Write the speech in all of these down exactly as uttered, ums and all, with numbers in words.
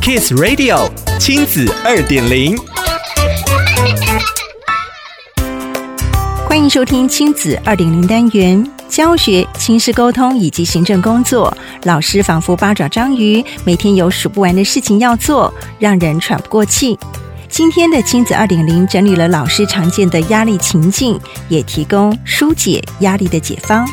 Kids Radio 亲子 二点零。 欢迎收听亲子 二点零 单元，教学、亲师沟通以及行政工作。老师仿佛八爪章鱼，每天有数不完的事情要做，让人喘不过气。今天的亲子 二点零 整理了老师常见的压力情境，也提供疏解压力的解方。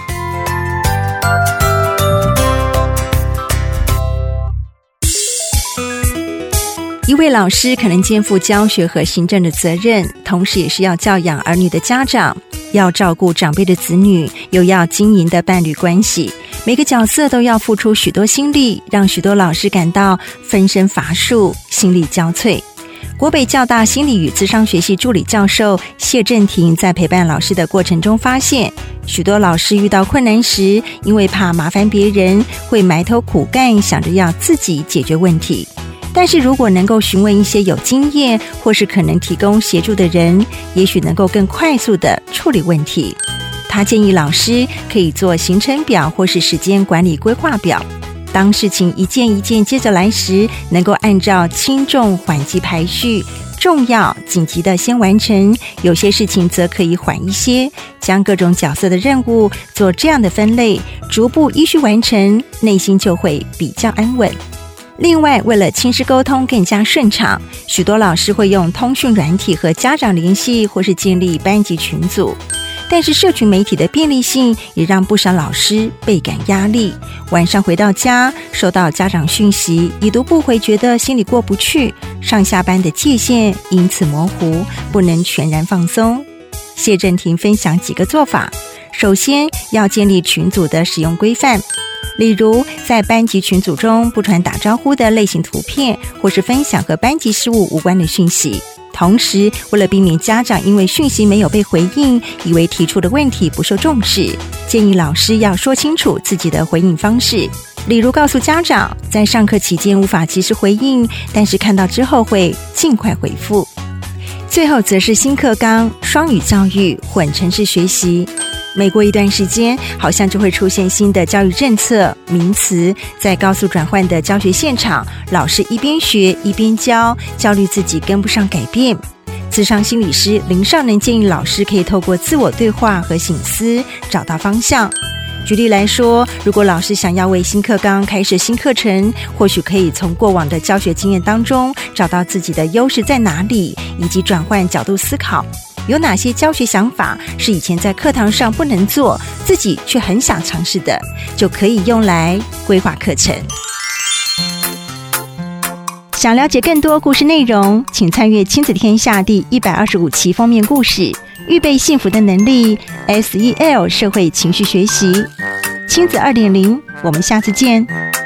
一位老师可能肩负教学和行政的责任，同时也是要教养儿女的家长，要照顾长辈的子女，又要经营的伴侣关系，每个角色都要付出许多心力，让许多老师感到分身乏术，心力交瘁。国北教大心理与咨商学系助理教授谢振廷在陪伴老师的过程中发现，许多老师遇到困难时，因为怕麻烦别人，会埋头苦干，想着要自己解决问题。但是如果能够询问一些有经验或是可能提供协助的人，也许能够更快速地处理问题。他建议老师可以做行程表或是时间管理规划表，当事情一件一件接着来时，能够按照轻重缓急排序，重要紧急的先完成，有些事情则可以缓一些，将各种角色的任务做这样的分类，逐步依序完成，内心就会比较安稳。另外，为了亲师沟通更加顺畅，许多老师会用通讯软体和家长联系，或是建立班级群组。但是社群媒体的便利性也让不少老师倍感压力，晚上回到家收到家长讯息，已读不回，觉得心里过不去，上下班的界限因此模糊，不能全然放松。谢振廷分享几个做法，首先要建立群组的使用规范，例如在班级群组中不传打招呼的类型图片，或是分享和班级事务无关的讯息。同时，为了避免家长因为讯息没有被回应，以为提出的问题不受重视，建议老师要说清楚自己的回应方式，例如告诉家长在上课期间无法及时回应，但是看到之后会尽快回复。最后则是新课纲、双语教育、混成式学习。每过一段时间，好像就会出现新的教育政策、名词，在高速转换的教学现场，老师一边学一边教，焦虑自己跟不上改变。咨商心理师林少能建议老师可以透过自我对话和省思，找到方向。举例来说，如果老师想要为新课纲开设新课程，或许可以从过往的教学经验当中找到自己的优势在哪里，以及转换角度思考，有哪些教学想法是以前在课堂上不能做，自己却很想尝试的，就可以用来规划课程。想了解更多故事内容，请参阅《亲子天下》第一百二十五期封面故事，预备幸福的能力 S E L 社会情绪学习。亲子 二点零， 我们下次见。